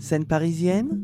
Scène parisienne,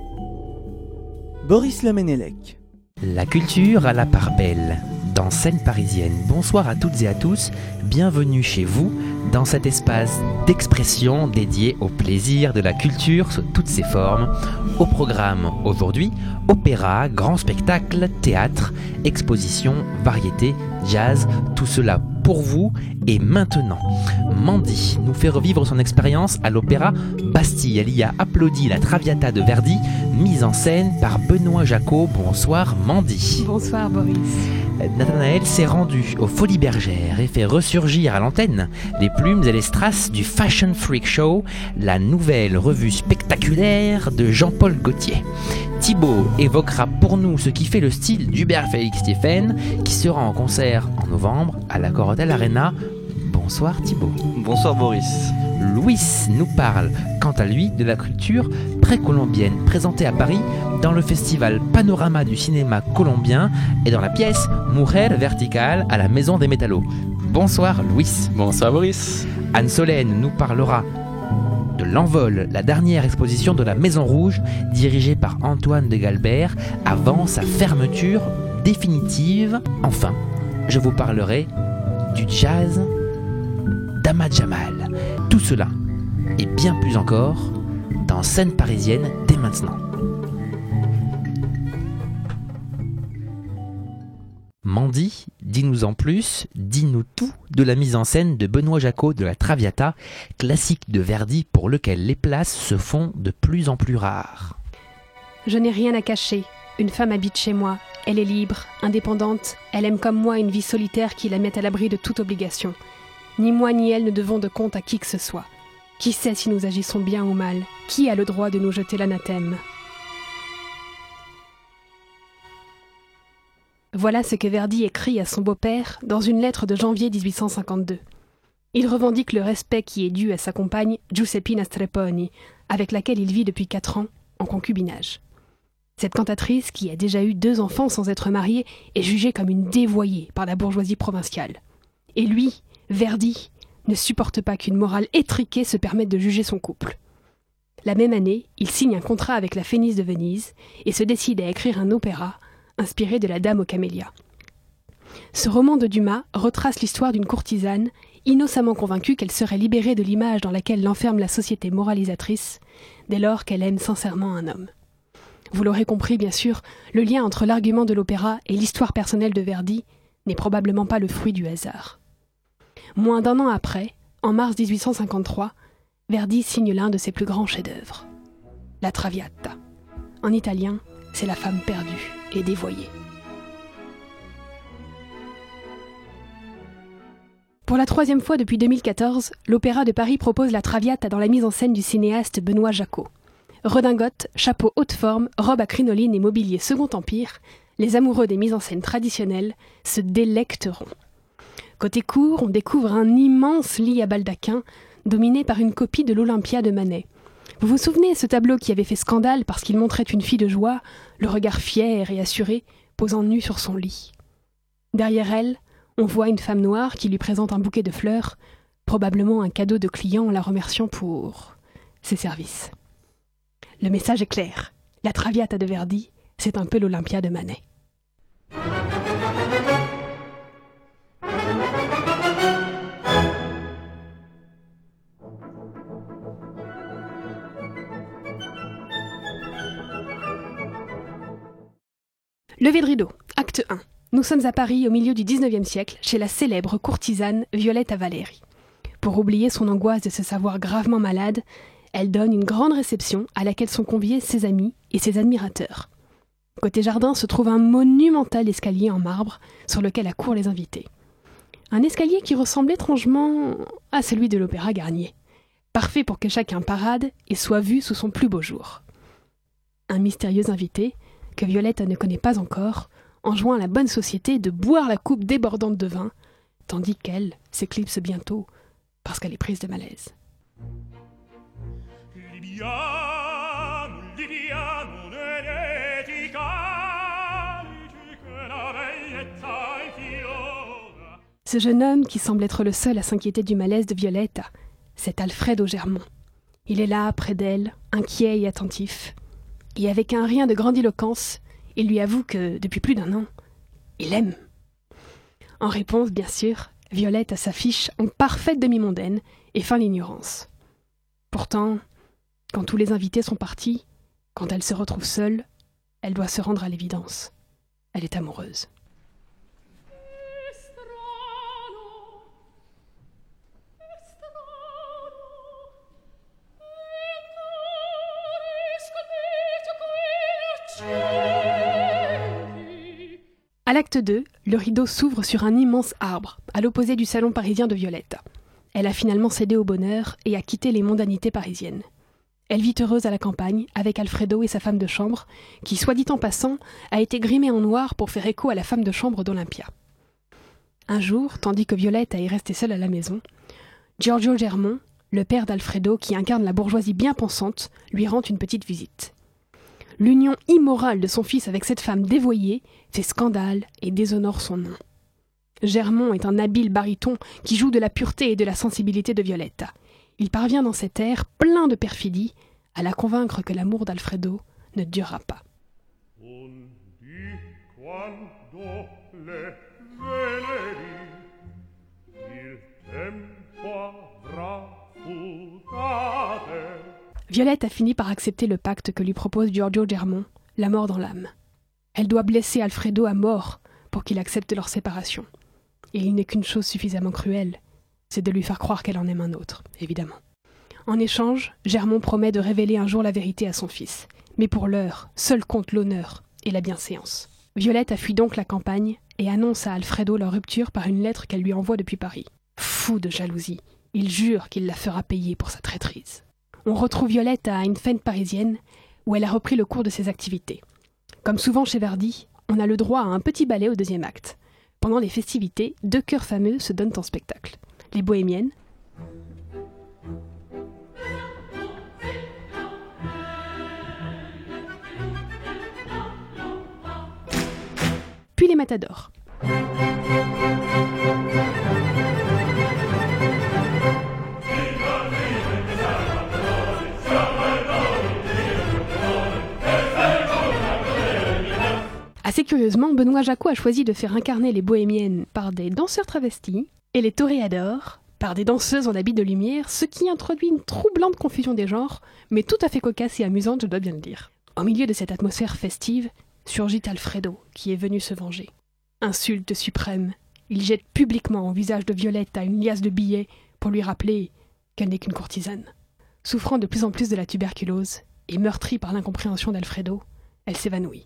Boris Lemenelec. La culture à la part belle, dans Scène parisienne. Bonsoir à toutes et à tous, bienvenue chez vous, dans cet espace d'expression dédié au plaisir de la culture sous toutes ses formes. Au programme aujourd'hui, opéra, grand spectacle, théâtre, exposition, variété, jazz, tout cela pour vous et maintenant. Mandy nous fait revivre son expérience à l'opéra Bastille. Elle y a applaudi la Traviata de Verdi, mise en scène par Benoît Jacot. Bonsoir Mandy. Bonsoir Boris. Nathanaël s'est rendu aux Folies Bergères et fait ressurgir à l'antenne les plumes et les strass du Fashion Freak Show, la nouvelle revue spectaculaire de Jean-Paul Gaultier. Thibaut évoquera pour nous ce qui fait le style d'Hubert Félix Stéphane, qui sera en concert en novembre à la Corotel Arena. Bonsoir Thibaut. Bonsoir Boris. Louis nous parle, quant à lui, de la culture précolombienne présentée à Paris dans le festival Panorama du cinéma colombien et dans la pièce Mujer Vertical à la Maison des Métallos. Bonsoir Louis. Bonsoir Boris. Anne Solène nous parlera de L'Envol, la dernière exposition de la Maison Rouge, dirigée par Antoine de Galbert, avant sa fermeture définitive. Enfin, je vous parlerai du jazz d'Ahmad Jamal. Tout cela et bien plus encore dans Scène parisienne dès maintenant. Mandy, dis-nous en plus, dis-nous tout de la mise en scène de Benoît Jacot de la Traviata, classique de Verdi pour lequel les places se font de plus en plus rares. Je n'ai rien à cacher. Une femme habite chez moi. Elle est libre, indépendante. Elle aime comme moi une vie solitaire qui la met à l'abri de toute obligation. Ni moi ni elle ne devons de compte à qui que ce soit. Qui sait si nous agissons bien ou mal? Qui a le droit de nous jeter l'anathème? Voilà ce que Verdi écrit à son beau-père dans une lettre de janvier 1852. Il revendique le respect qui est dû à sa compagne Giuseppina Strepponi, avec laquelle il vit depuis 4 ans en concubinage. Cette cantatrice, qui a déjà eu 2 enfants sans être mariée, est jugée comme une dévoyée par la bourgeoisie provinciale. Et lui, Verdi, ne supporte pas qu'une morale étriquée se permette de juger son couple. La même année, il signe un contrat avec la Phénix de Venise et se décide à écrire un opéra inspiré de La Dame aux camélias. Ce roman de Dumas retrace l'histoire d'une courtisane innocemment convaincue qu'elle serait libérée de l'image dans laquelle l'enferme la société moralisatrice dès lors qu'elle aime sincèrement un homme. Vous l'aurez compris, bien sûr, le lien entre l'argument de l'opéra et l'histoire personnelle de Verdi n'est probablement pas le fruit du hasard. Moins d'1 an après, en mars 1853, Verdi signe l'un de ses plus grands chefs-d'œuvre, la Traviata. En italien, c'est la femme perdue et dévoyée. Pour la 3e fois depuis 2014, l'Opéra de Paris propose la Traviata dans la mise en scène du cinéaste Benoît Jacot. Redingote, chapeau haute forme, robe à crinoline et mobilier Second Empire, les amoureux des mises en scène traditionnelles se délecteront. Côté cour, on découvre un immense lit à baldaquin, dominé par une copie de l'Olympia de Manet. Vous vous souvenez ce tableau qui avait fait scandale parce qu'il montrait une fille de joie, le regard fier et assuré, posant nue sur son lit. Derrière elle, on voit une femme noire qui lui présente un bouquet de fleurs, probablement un cadeau de client en la remerciant pour ses services. Le message est clair. La Traviata de Verdi, c'est un peu l'Olympia de Manet. Lever de rideau, acte 1. Nous sommes à Paris au milieu du 19e siècle, chez la célèbre courtisane Violetta Valéry. Pour oublier son angoisse de se savoir gravement malade, elle donne une grande réception à laquelle sont conviés ses amis et ses admirateurs. Côté jardin se trouve un monumental escalier en marbre sur lequel accourent les invités. Un escalier qui ressemble étrangement à celui de l'Opéra Garnier. Parfait pour que chacun parade et soit vu sous son plus beau jour. Un mystérieux invité, que Violetta ne connaît pas encore, enjoint à la bonne société de boire la coupe débordante de vin, tandis qu'elle s'éclipse bientôt parce qu'elle est prise de malaise. Ce jeune homme qui semble être le seul à s'inquiéter du malaise de Violetta, c'est Alfredo Germont. Il est là, près d'elle, inquiet et attentif. Et avec un rien de grandiloquence, il lui avoue que, depuis plus d'1 an, il l'aime. En réponse, bien sûr, Violetta s'affiche en parfaite demi-mondaine et feint l'ignorance. Pourtant, quand tous les invités sont partis, quand elle se retrouve seule, elle doit se rendre à l'évidence. Elle est amoureuse. À l'acte 2, le rideau s'ouvre sur un immense arbre, à l'opposé du salon parisien de Violetta. Elle a finalement cédé au bonheur et a quitté les mondanités parisiennes. Elle vit heureuse à la campagne, avec Alfredo et sa femme de chambre, qui, soit dit en passant, a été grimée en noir pour faire écho à la femme de chambre d'Olympia. Un jour, tandis que Violetta est restée seule à la maison, Giorgio Germont, le père d'Alfredo qui incarne la bourgeoisie bien pensante, lui rend une petite visite. L'union immorale de son fils avec cette femme dévoyée fait scandale et déshonore son nom. Germont est un habile baryton qui joue de la pureté et de la sensibilité de Violetta. Il parvient dans cet air plein de perfidie à la convaincre que l'amour d'Alfredo ne durera pas. Violette a fini par accepter le pacte que lui propose Giorgio Germont, la mort dans l'âme. Elle doit blesser Alfredo à mort pour qu'il accepte leur séparation. Et il n'est qu'une chose suffisamment cruelle, c'est de lui faire croire qu'elle en aime un autre, évidemment. En échange, Germont promet de révéler un jour la vérité à son fils. Mais pour l'heure, seul compte l'honneur et la bienséance. Violette a fui donc la campagne et annonce à Alfredo leur rupture par une lettre qu'elle lui envoie depuis Paris. Fou de jalousie, il jure qu'il la fera payer pour sa traîtrise. On retrouve Violette à une fête parisienne où elle a repris le cours de ses activités. Comme souvent chez Verdi, on a le droit à un petit ballet au 2e acte. Pendant les festivités, 2 chœurs fameux se donnent en spectacle. Les Bohémiennes, puis les Matadors. Assez curieusement, Benoît Jacquot a choisi de faire incarner les bohémiennes par des danseurs travestis et les toréadors par des danseuses en habits de lumière, ce qui introduit une troublante confusion des genres, mais tout à fait cocasse et amusante, je dois bien le dire. Au milieu de cette atmosphère festive, surgit Alfredo, qui est venu se venger. Insulte suprême, il jette publiquement au visage de Violette une liasse de billets pour lui rappeler qu'elle n'est qu'une courtisane. Souffrant de plus en plus de la tuberculose et meurtrie par l'incompréhension d'Alfredo, elle s'évanouit.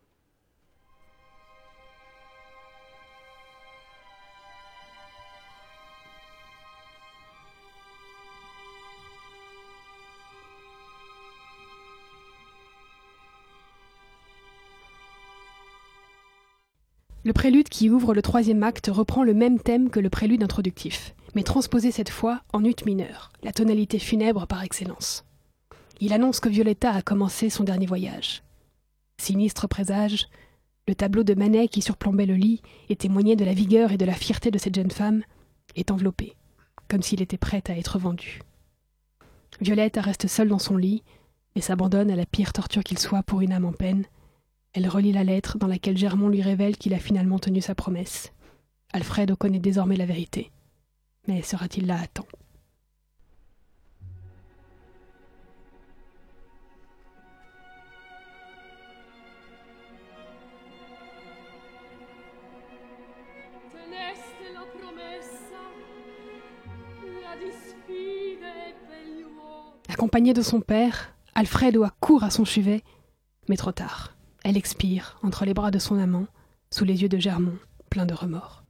Le prélude qui ouvre le 3e acte reprend le même thème que le prélude introductif, mais transposé cette fois en ut mineur, la tonalité funèbre par excellence. Il annonce que Violetta a commencé son dernier voyage. Sinistre présage, le tableau de Manet qui surplombait le lit et témoignait de la vigueur et de la fierté de cette jeune femme est enveloppé, comme s'il était prêt à être vendu. Violetta reste seule dans son lit et s'abandonne à la pire torture qu'il soit pour une âme en peine. Elle relit la lettre dans laquelle Germont lui révèle qu'il a finalement tenu sa promesse. Alfredo connaît désormais la vérité. Mais sera-t-il là à temps ? Accompagné de son père, Alfredo accourt à son chevet, mais trop tard. Elle expire entre les bras de son amant, sous les yeux de Germont, plein de remords.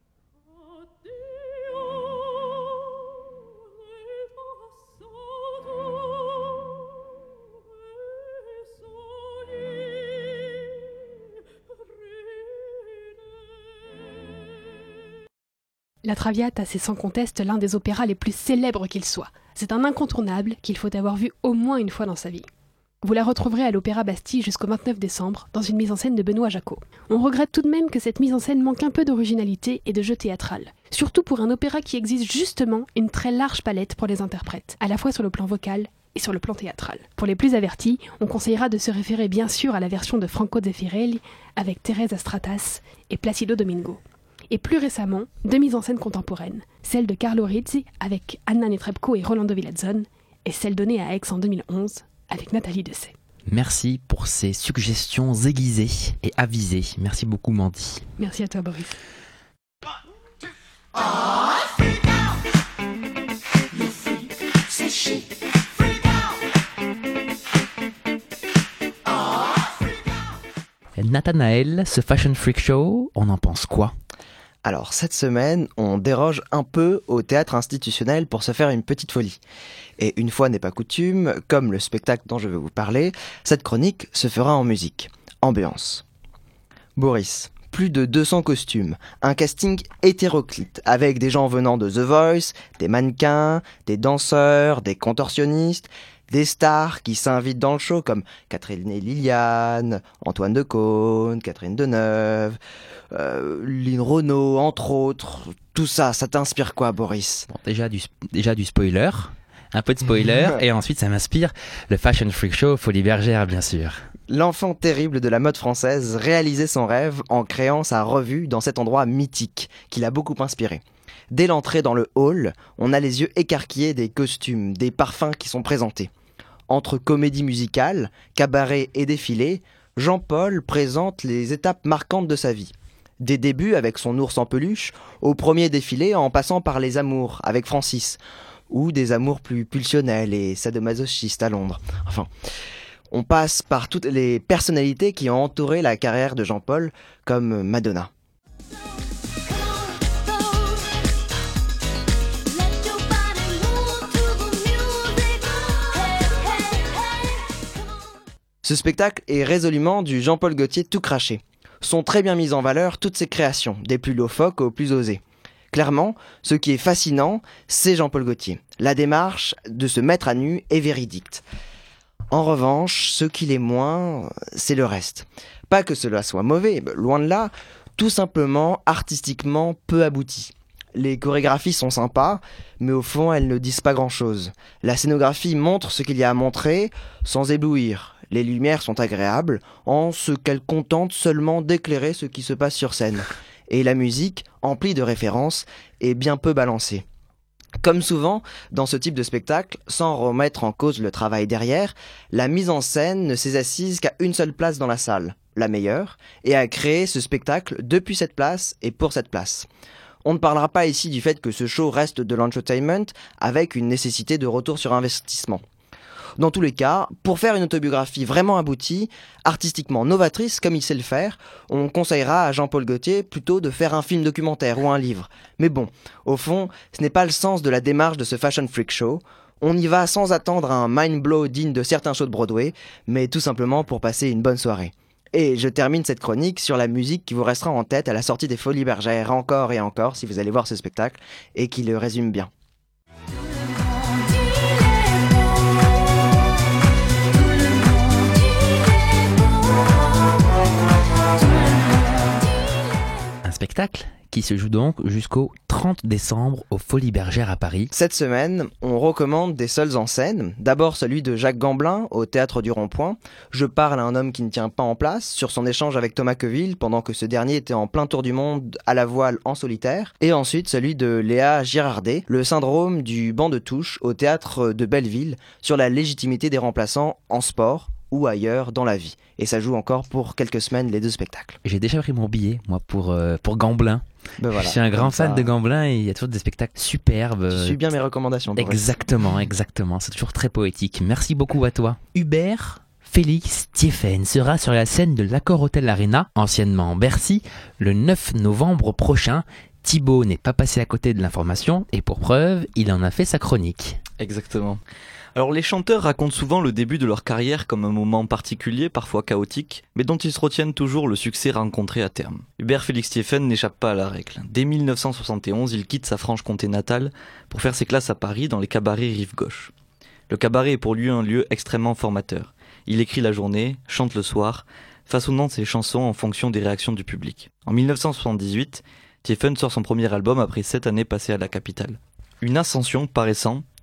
La Traviata, c'est sans conteste l'un des opéras les plus célèbres qu'il soit. C'est un incontournable qu'il faut avoir vu au moins une fois dans sa vie. Vous la retrouverez à l'Opéra Bastille jusqu'au 29 décembre, dans une mise en scène de Benoît Jacquot. On regrette tout de même que cette mise en scène manque un peu d'originalité et de jeu théâtral. Surtout pour un opéra qui exige justement une très large palette pour les interprètes, à la fois sur le plan vocal et sur le plan théâtral. Pour les plus avertis, on conseillera de se référer bien sûr à la version de Franco Zeffirelli avec Teresa Stratas et Placido Domingo. Et plus récemment, deux mises en scène contemporaines, celle de Carlo Rizzi avec Anna Netrebko et Rolando Villazon, et celle donnée à Aix en 2011 avec Nathalie Dessay. Merci pour ces suggestions aiguisées et avisées. Merci beaucoup Mandy. Merci à toi Boris. Nathanaël, ce Fashion Freak Show, on en pense quoi ? Alors, cette semaine, on déroge un peu au théâtre institutionnel pour se faire une petite folie. Et une fois n'est pas coutume, comme le spectacle dont je vais vous parler, cette chronique se fera en musique. Ambiance. Boris, plus de 200 costumes, un casting hétéroclite, avec des gens venant de The Voice, des mannequins, des danseurs, des contorsionnistes, des stars qui s'invitent dans le show comme Catherine et Liliane, Antoine Decaune, Catherine Deneuve, Lynn Renaud, entre autres. Tout ça, ça t'inspire quoi, Boris ? Bon, déjà du spoiler, un peu de spoiler, et ensuite ça m'inspire le Fashion Freak Show Folies Bergère, bien sûr. L'enfant terrible de la mode française réalisait son rêve en créant sa revue dans cet endroit mythique qui l'a beaucoup inspiré. Dès l'entrée dans le hall, on a les yeux écarquillés des costumes, des parfums qui sont présentés. Entre comédie musicale, cabaret et défilé, Jean-Paul présente les étapes marquantes de sa vie. Des débuts avec son ours en peluche, au premier défilé en passant par les amours avec Francis, ou des amours plus pulsionnels et sadomasochistes à Londres. Enfin, on passe par toutes les personnalités qui ont entouré la carrière de Jean-Paul, comme Madonna. Ce spectacle est résolument du Jean-Paul Gaultier tout craché. Sont très bien mises en valeur toutes ses créations, des plus loufoques aux plus osées. Clairement, ce qui est fascinant, c'est Jean-Paul Gaultier. La démarche de se mettre à nu est véridique. En revanche, ce qui l'est moins, c'est le reste. Pas que cela soit mauvais, loin de là, tout simplement artistiquement peu abouti. Les chorégraphies sont sympas, mais au fond elles ne disent pas grand-chose. La scénographie montre ce qu'il y a à montrer, sans éblouir. Les lumières sont agréables, en ce qu'elles contentent seulement d'éclairer ce qui se passe sur scène. Et la musique, emplie de références, est bien peu balancée. Comme souvent, dans ce type de spectacle, sans remettre en cause le travail derrière, la mise en scène ne s'est assise qu'à une seule place dans la salle, la meilleure, et a créé ce spectacle depuis cette place et pour cette place. On ne parlera pas ici du fait que ce show reste de l'entertainment avec une nécessité de retour sur investissement. Dans tous les cas, pour faire une autobiographie vraiment aboutie, artistiquement novatrice comme il sait le faire, on conseillera à Jean-Paul Gaultier plutôt de faire un film documentaire ou un livre. Mais bon, au fond, ce n'est pas le sens de la démarche de ce Fashion Freak Show. On y va sans attendre un mind blow digne de certains shows de Broadway, mais tout simplement pour passer une bonne soirée. Et je termine cette chronique sur la musique qui vous restera en tête à la sortie des Folies Bergère encore et encore si vous allez voir ce spectacle et qui le résume bien. Un spectacle qui se joue donc jusqu'au 30 décembre aux Folies Bergère à Paris. Cette semaine, on recommande des seuls en scène. D'abord celui de Jacques Gamblin au Théâtre du Rond-Point. Je parle à un homme qui ne tient pas en place sur son échange avec Thomas Queville pendant que ce dernier était en plein tour du monde à la voile en solitaire. Et ensuite celui de Léa Girardet, le syndrome du banc de touche au Théâtre de Belleville sur la légitimité des remplaçants en sport ou ailleurs dans la vie. Et ça joue encore pour quelques semaines les deux spectacles. J'ai déjà pris mon billet, moi, pour Gamblin. Ben voilà, je suis un grand fan ça... de Gamblin et il y a toujours des spectacles superbes. Tu suis bien mes recommandations. Exactement. C'est toujours très poétique. Merci beaucoup à toi. Hubert Félix Thieffen sera sur la scène de l'Accor Hotel Arena, anciennement Bercy, le 9 novembre prochain. Thibaut n'est pas passé à côté de l'information et pour preuve, il en a fait sa chronique. Exactement. Alors les chanteurs racontent souvent le début de leur carrière comme un moment particulier, parfois chaotique, mais dont ils se retiennent toujours le succès rencontré à terme. Hubert Félix Thieffen n'échappe pas à la règle. Dès 1971, il quitte sa Franche-Comté natale pour faire ses classes à Paris dans les cabarets Rive Gauche. Le cabaret est pour lui un lieu extrêmement formateur. Il écrit la journée, chante le soir, façonnant ses chansons en fonction des réactions du public. En 1978, Thieffen sort son premier album après 7 années passées à la capitale. Une ascension paraissant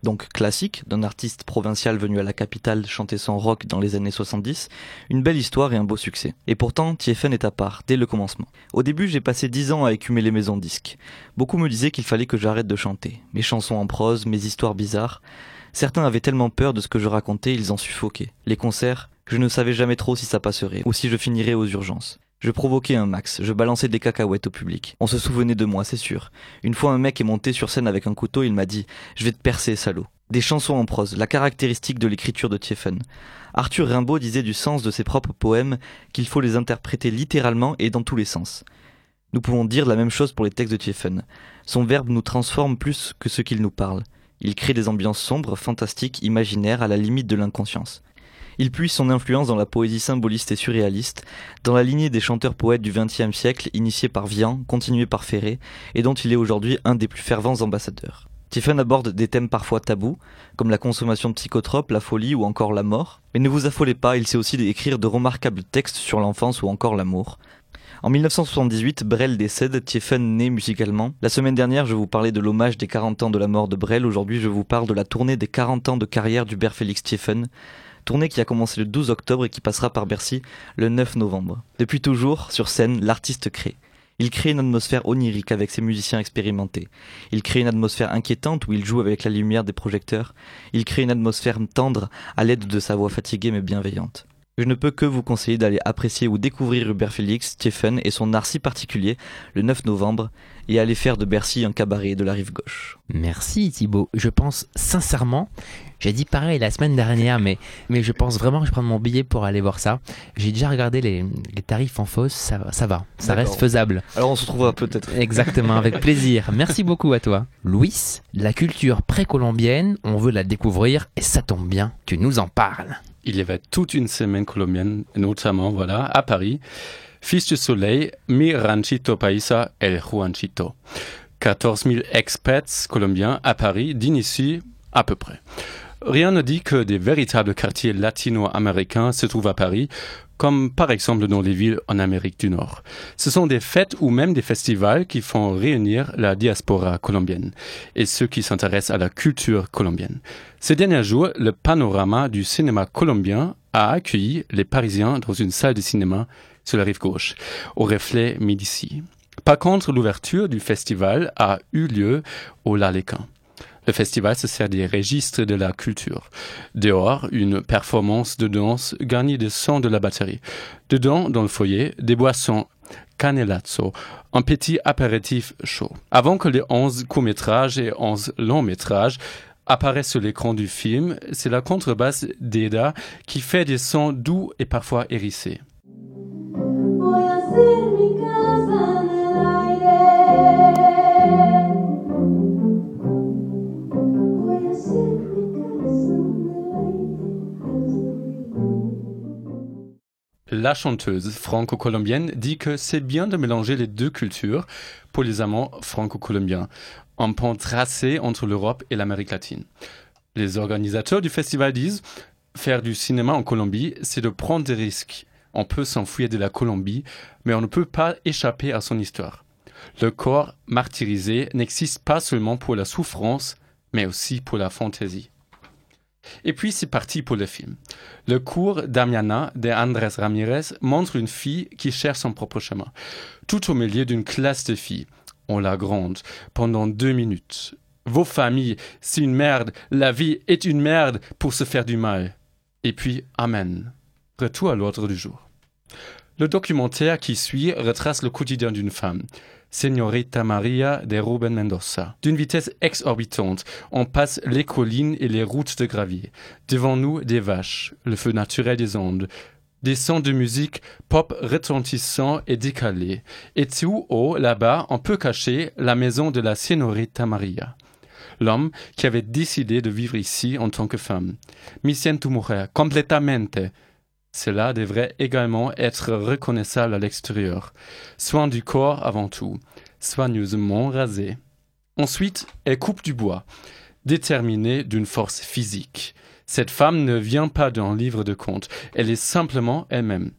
donc classique, d'un artiste provincial venu à la capitale chanter son rock dans les années 70, une belle histoire et un beau succès. Et pourtant, TFN est à part, dès le commencement. Au début, j'ai passé 10 ans à écumer les maisons de disques. Beaucoup me disaient qu'il fallait que j'arrête de chanter. Mes chansons en prose, mes histoires bizarres. Certains avaient tellement peur de ce que je racontais, ils en suffoquaient. Les concerts, je ne savais jamais trop si ça passerait, ou si je finirais aux urgences. Je provoquais un max, je balançais des cacahuètes au public. On se souvenait de moi, c'est sûr. Une fois un mec est monté sur scène avec un couteau, il m'a dit « Je vais te percer, salaud ». Des chansons en prose, la caractéristique de l'écriture de TFN. Arthur Rimbaud disait du sens de ses propres poèmes qu'il faut les interpréter littéralement et dans tous les sens. Nous pouvons dire la même chose pour les textes de TFN. Son verbe nous transforme plus que ce qu'il nous parle. Il crée des ambiances sombres, fantastiques, imaginaires, à la limite de l'inconscience. Il puise son influence dans la poésie symboliste et surréaliste, dans la lignée des chanteurs-poètes du XXe siècle, initiés par Vian, continués par Ferré, et dont il est aujourd'hui un des plus fervents ambassadeurs. TFN aborde des thèmes parfois tabous, comme la consommation de psychotropes, la folie ou encore la mort. Mais ne vous affolez pas, il sait aussi écrire de remarquables textes sur l'enfance ou encore l'amour. En 1978, Brel décède, TFN naît musicalement. La semaine dernière, je vous parlais de l'hommage des 40 ans de la mort de Brel. Aujourd'hui, je vous parle de la tournée des 40 ans de carrière d'Hubert Félix TFN. Tournée qui a commencé le 12 octobre et qui passera par Bercy le 9 novembre. Depuis toujours, sur scène, l'artiste crée. Il crée une atmosphère onirique avec ses musiciens expérimentés. Il crée une atmosphère inquiétante où il joue avec la lumière des projecteurs. Il crée une atmosphère tendre à l'aide de sa voix fatiguée mais bienveillante. Je ne peux que vous conseiller d'aller apprécier ou découvrir Hubert Félix, TFN et son art si particulier le 9 novembre et aller faire de Bercy un cabaret de la rive gauche. Merci Thibaut. Je pense sincèrement, j'ai dit pareil la semaine dernière, mais je pense vraiment que je prends mon billet pour aller voir ça. J'ai déjà regardé les tarifs en fosse, ça va, ça D'accord. reste faisable. Alors on se retrouvera peut-être. Exactement, avec plaisir. Merci beaucoup à toi. Louis, la culture précolombienne, on veut la découvrir et ça tombe bien, tu nous en parles. Il y avait toute une semaine colombienne, notamment à Paris. Fils du soleil, mi ranchito paisa, el Juanchito. 14 000 expats colombiens à Paris, d'initiés à peu près. Rien ne dit que des véritables quartiers latino-américains se trouvent à Paris, comme par exemple dans les villes en Amérique du Nord. Ce sont des fêtes ou même des festivals qui font réunir la diaspora colombienne et ceux qui s'intéressent à la culture colombienne. Ces derniers jours, le panorama du cinéma colombien a accueilli les Parisiens dans une salle de cinéma sur la rive gauche, au reflet Médicis. Par contre, l'ouverture du festival a eu lieu au Lalecan. Le festival se sert des registres de la culture. Dehors, une performance de danse garnie de sons de la batterie. Dedans, dans le foyer, des boissons canelazzo, un petit apéritif chaud. Avant que les 11 courts-métrages et 11 longs-métrages apparaissent sur l'écran du film, c'est la contrebasse d'Eda qui fait des sons doux et parfois hérissés. La chanteuse franco-colombienne dit que c'est bien de mélanger les deux cultures pour les amants franco-colombiens, un pont tracé entre l'Europe et l'Amérique latine. Les organisateurs du festival disent « Faire du cinéma en Colombie, c'est de prendre des risques. On peut s'enfuir de la Colombie, mais on ne peut pas échapper à son histoire. Le corps martyrisé n'existe pas seulement pour la souffrance, mais aussi pour la fantaisie. » Et puis c'est parti pour le film. Le court Damiana de Andrés Ramirez montre une fille qui cherche son propre chemin. Tout au milieu d'une classe de filles. On la gronde pendant 2 minutes. Vos familles, c'est une merde. La vie est une merde pour se faire du mal. Et puis, amen. Retour à l'ordre du jour. Le documentaire qui suit retrace le quotidien d'une femme. Señorita Maria de Rubén Mendoza. D'une vitesse exorbitante, on passe les collines et les routes de gravier. Devant nous, des vaches, le feu naturel des Andes, des sons de musique pop retentissants et décalés. Et tout haut, là-bas, on peut cacher la maison de la Señorita Maria. L'homme qui avait décidé de vivre ici en tant que femme. Me siento mujer, completamente. Cela devrait également être reconnaissable à l'extérieur. Soin du corps avant tout, soigneusement rasé. Ensuite, elle coupe du bois, déterminée d'une force physique. Cette femme ne vient pas d'un livre de contes, elle est simplement elle-même.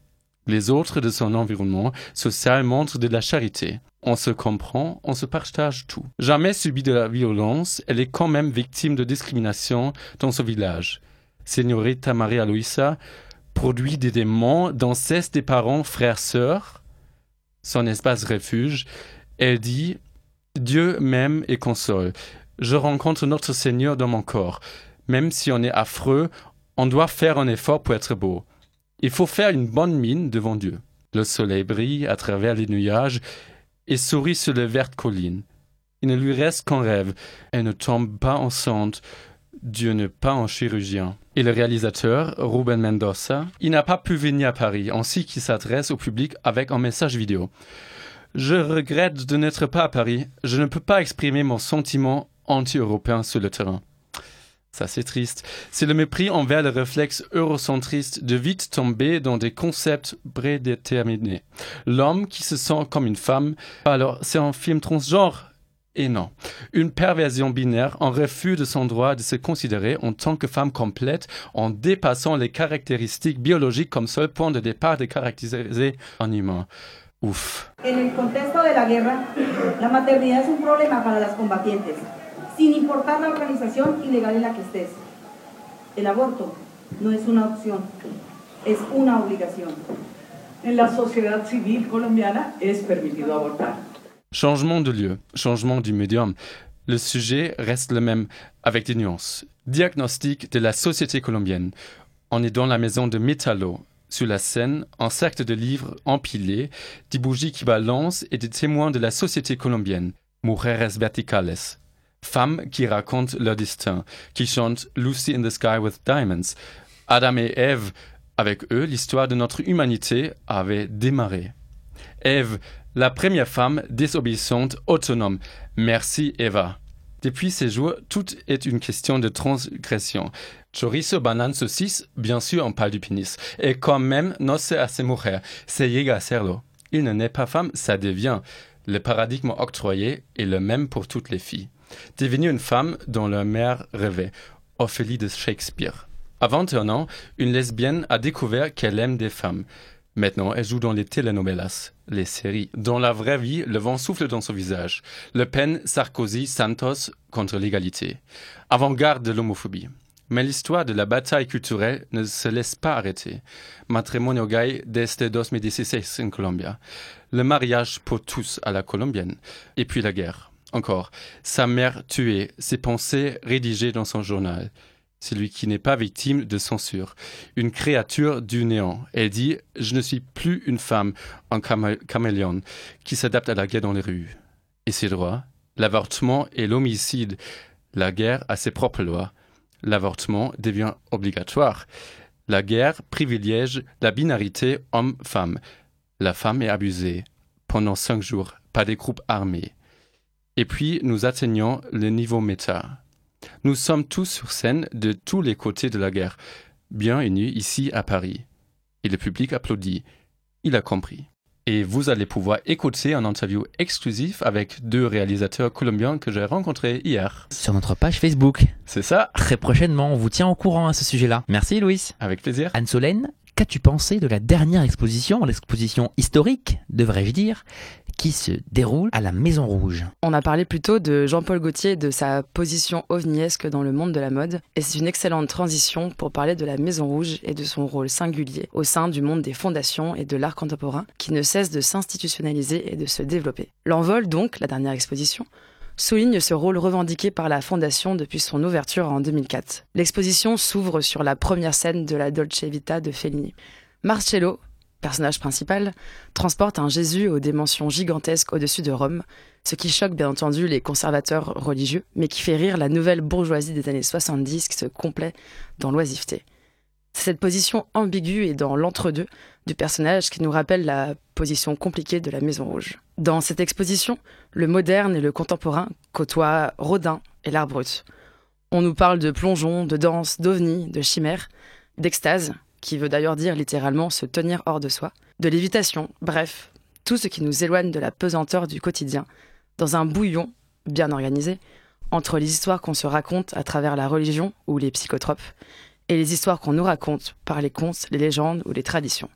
Les autres de son environnement social montrent de la charité. On se comprend, on se partage tout. Jamais subie de la violence, elle est quand même victime de discrimination dans son village. Señorita Maria Luisa produit des démons d'inceste des parents, frères, sœurs. Son espace refuge, elle dit « Dieu m'aime et console. Je rencontre notre Seigneur dans mon corps. Même si on est affreux, on doit faire un effort pour être beau. Il faut faire une bonne mine devant Dieu. » Le soleil brille à travers les nuages et sourit sur les vertes collines. Il ne lui reste qu'un rêve. Elle ne tombe pas enceinte. Dieu n'est pas un chirurgien. Et le réalisateur, Ruben Mendoza, il n'a pas pu venir à Paris, ainsi qu'il s'adresse au public avec un message vidéo. « Je regrette de n'être pas à Paris. Je ne peux pas exprimer mon sentiment anti-européen sur le terrain. » Ça, c'est triste. C'est le mépris envers le réflexe eurocentriste de vite tomber dans des concepts prédéterminés. L'homme qui se sent comme une femme, alors c'est un film transgenre. Et non, une perversion binaire en refus de son droit de se considérer en tant que femme complète en dépassant les caractéristiques biologiques comme seul point de départ de caractériser un humain. Ouf. En el contexto de la guerra, la maternidad es un problema para las combatientes, sin importar la organización ilegal en la que estés. El aborto no es una opción, es una obligación. En la sociedad civil colombiana es permitido abortar. Changement de lieu, changement du médium. Le sujet reste le même, avec des nuances. Diagnostic de la société colombienne. On est dans la maison de Métallo. Sur la scène, un cercle de livres empilés, des bougies qui balancent et des témoins de la société colombienne. Mujeres verticales. Femmes qui racontent leur destin, qui chantent Lucy in the Sky with Diamonds. Adam et Ève, avec eux, l'histoire de notre humanité avait démarré. Ève, la première femme désobéissante autonome. Merci Eva. Depuis ces jours, tout est une question de transgression. Chorizo, banane, saucisse, bien sûr on parle du pénis. Et quand même, no se hace mujer, se llega a serlo. Il ne naît pas femme, ça devient. Le paradigme octroyé est le même pour toutes les filles. Devenue une femme dont leur mère rêvait. Ophélie de Shakespeare. À 21 ans, une lesbienne a découvert qu'elle aime des femmes. Maintenant, elle joue dans les telenovelas, les séries. Dans la vraie vie, le vent souffle dans son visage. Le Pen, Sarkozy, Santos contre l'égalité. Avant-garde de l'homophobie. Mais l'histoire de la bataille culturelle ne se laisse pas arrêter. Matrimonio gay desde 2016 en Colombia. Le mariage pour tous à la colombienne. Et puis la guerre. Encore. Sa mère tuée, ses pensées rédigées dans son journal. Celui qui n'est pas victime de censure. Une créature du néant. Elle dit « Je ne suis plus une femme, un caméléon, qui s'adapte à la guerre dans les rues. » Et ses droits, l'avortement et l'homicide. La guerre a ses propres lois. L'avortement devient obligatoire. La guerre privilège la binarité homme-femme. La femme est abusée pendant 5 jours par des groupes armés. Et puis nous atteignons le niveau méta. Nous sommes tous sur scène de tous les côtés de la guerre, bien unis ici à Paris. Et le public applaudit. Il a compris. Et vous allez pouvoir écouter un interview exclusif avec 2 réalisateurs colombiens que j'ai rencontrés hier. Sur notre page Facebook. C'est ça. Très prochainement, on vous tient au courant à ce sujet-là. Merci Louis. Avec plaisir. Anne-Solène, qu'as-tu pensé de la dernière exposition, l'exposition historique, devrais-je dire, qui se déroule à la Maison Rouge? On a parlé plutôt de Jean-Paul Gaultier et de sa position ovniesque dans le monde de la mode. Et c'est une excellente transition pour parler de la Maison Rouge et de son rôle singulier au sein du monde des fondations et de l'art contemporain qui ne cesse de s'institutionnaliser et de se développer. L'Envol, donc, la dernière exposition, souligne ce rôle revendiqué par la Fondation depuis son ouverture en 2004. L'exposition s'ouvre sur la première scène de la Dolce Vita de Fellini. Marcello, personnage principal, transporte un Jésus aux dimensions gigantesques au-dessus de Rome, ce qui choque bien entendu les conservateurs religieux, mais qui fait rire la nouvelle bourgeoisie des années 70 qui se complaît dans l'oisiveté. C'est cette position ambiguë et dans l'entre-deux du personnage qui nous rappelle la position compliquée de la Maison Rouge. Dans cette exposition, le moderne et le contemporain côtoient Rodin et l'art brut. On nous parle de plongeon, de danse, d'ovni, de chimère, d'extase, qui veut d'ailleurs dire littéralement se tenir hors de soi, de lévitation, bref, tout ce qui nous éloigne de la pesanteur du quotidien, dans un bouillon bien organisé, entre les histoires qu'on se raconte à travers la religion ou les psychotropes, et les histoires qu'on nous raconte par les contes, les légendes ou les traditions.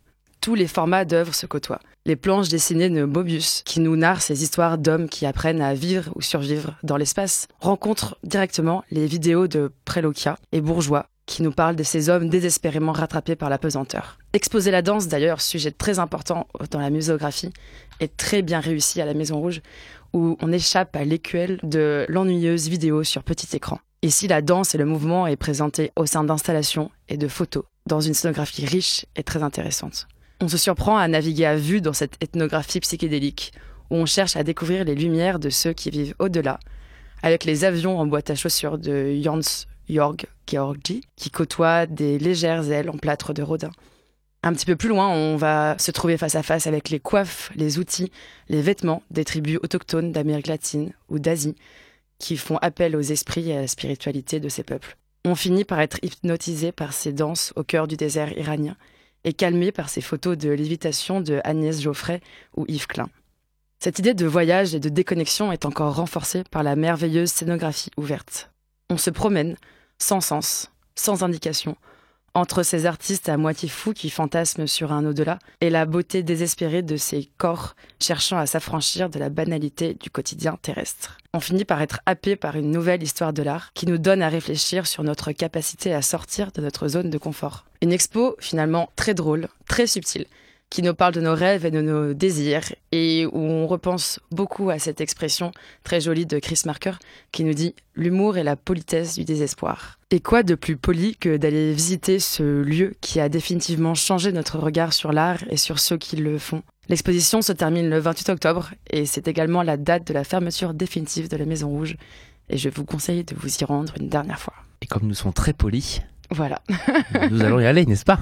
tous les formats d'œuvres se côtoient. Les planches dessinées de Mobius, qui nous narrent ces histoires d'hommes qui apprennent à vivre ou survivre dans l'espace, rencontrent directement les vidéos de Preloquia et Bourgeois, qui nous parlent de ces hommes désespérément rattrapés par la pesanteur. Exposer la danse, d'ailleurs, sujet très important dans la muséographie, est très bien réussi à la Maison Rouge, où on échappe à l'écuelle de l'ennuyeuse vidéo sur petit écran. Ici, la danse et le mouvement est présenté au sein d'installations et de photos, dans une scénographie riche et très intéressante. On se surprend à naviguer à vue dans cette ethnographie psychédélique, où on cherche à découvrir les lumières de ceux qui vivent au-delà, avec les avions en boîte à chaussures de Jans Jörg Georgi, qui côtoie des légères ailes en plâtre de Rodin. Un petit peu plus loin, on va se trouver face à face avec les coiffes, les outils, les vêtements des tribus autochtones d'Amérique latine ou d'Asie, qui font appel aux esprits et à la spiritualité de ces peuples. On finit par être hypnotisé par ces danses au cœur du désert iranien et calmé par ces photos de lévitation de Agnès Geoffrey ou Yves Klein. Cette idée de voyage et de déconnexion est encore renforcée par la merveilleuse scénographie ouverte. On se promène, sans sens, sans indication, entre ces artistes à moitié fous qui fantasment sur un au-delà et la beauté désespérée de ces corps cherchant à s'affranchir de la banalité du quotidien terrestre. On finit par être happé par une nouvelle histoire de l'art qui nous donne à réfléchir sur notre capacité à sortir de notre zone de confort. Une expo finalement très drôle, très subtile, qui nous parle de nos rêves et de nos désirs, et où on repense beaucoup à cette expression très jolie de Chris Marker, qui nous dit « L'humour et la politesse du désespoir ». Et quoi de plus poli que d'aller visiter ce lieu qui a définitivement changé notre regard sur l'art et sur ceux qui le font. L'exposition se termine le 28 octobre, et c'est également la date de la fermeture définitive de la Maison Rouge, et je vous conseille de vous y rendre une dernière fois. Et comme nous sommes très polis, voilà. Nous allons y aller, n'est-ce pas?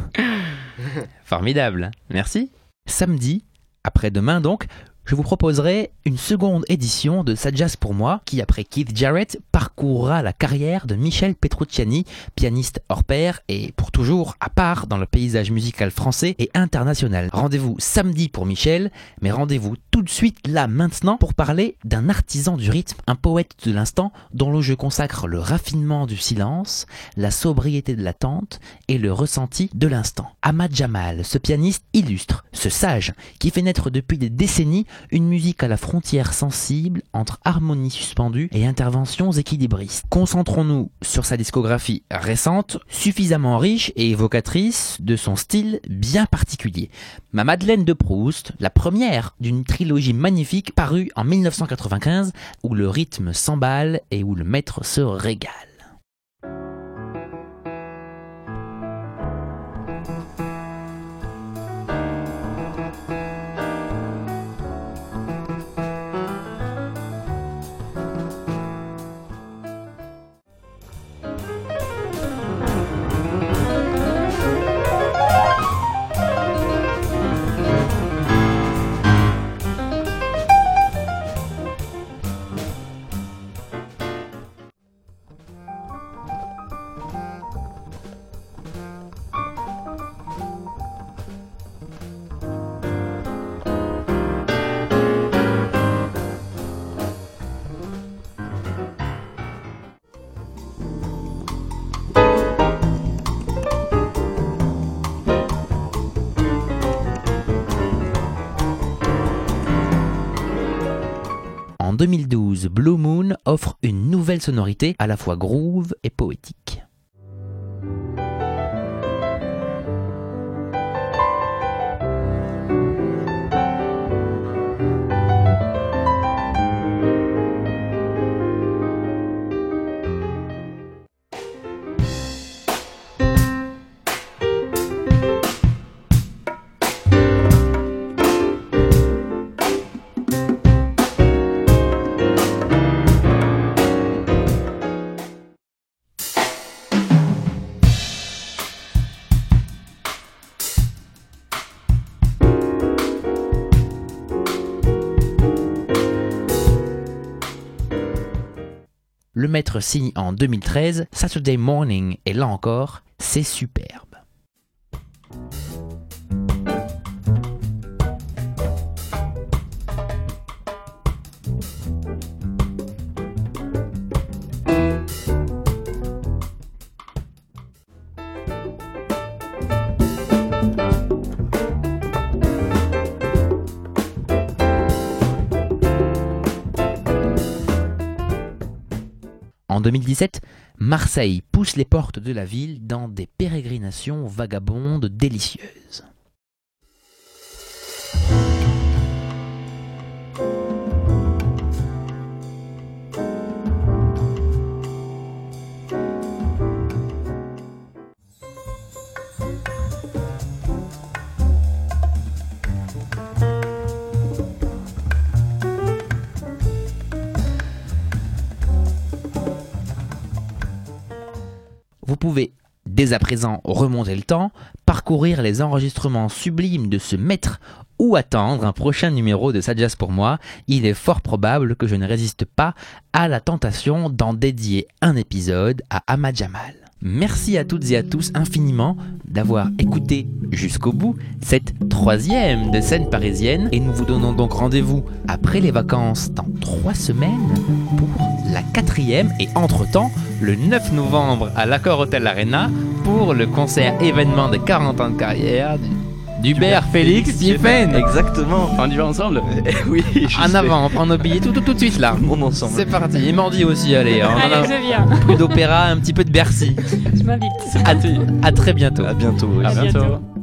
Formidable, merci. Samedi, après-demain donc, je vous proposerai une seconde édition de Ça Jazz pour moi, qui après Keith Jarrett parcourra la carrière de Michel Petrucciani, pianiste hors pair et pour toujours à part dans le paysage musical français et international. Rendez-vous samedi pour Michel, mais rendez-vous tout de suite là maintenant pour parler d'un artisan du rythme, un poète de l'instant dont le jeu consacre le raffinement du silence, la sobriété de l'attente et le ressenti de l'instant. Ahmad Jamal, ce pianiste illustre, ce sage qui fait naître depuis des décennies une musique à la frontière sensible entre harmonie suspendue et interventions équilibristes. Concentrons-nous sur sa discographie récente, suffisamment riche et évocatrice de son style bien particulier. Ma Madeleine de Proust, la première d'une trilogie magnifique parue en 1995 où le rythme s'emballe et où le maître se régale. En 2012, Blue Moon offre une nouvelle sonorité à la fois groove et poétique. Le maître signe en 2013 Saturday Morning et là encore, c'est superbe. 2017, Marseille pousse les portes de la ville dans des pérégrinations vagabondes délicieuses. Vous pouvez dès à présent remonter le temps, parcourir les enregistrements sublimes de ce maître ou attendre un prochain numéro de Ça Jazz pour moi. Il est fort probable que je ne résiste pas à la tentation d'en dédier un épisode à Ahmad Jamal. Merci à toutes et à tous infiniment d'avoir écouté jusqu'au bout cette 3e de Scène parisienne et nous vous donnons donc rendez-vous après les vacances dans 3 semaines pour la 4e et entre-temps le 9 novembre à l'Accor Hotel Arena pour le concert événement de 40 ans de carrière d'Hubert Félix Stephen. Exactement. On y va ensemble. Oui. En avant, on prend nos billets tout de suite là. Tout le monde ensemble. C'est parti. Et Mordi aussi, allez. On en Allez, a je viens. plus d'opéra, un petit peu de Bercy. Je m'invite. À très bientôt. À bientôt. Oui. À bientôt. bientôt.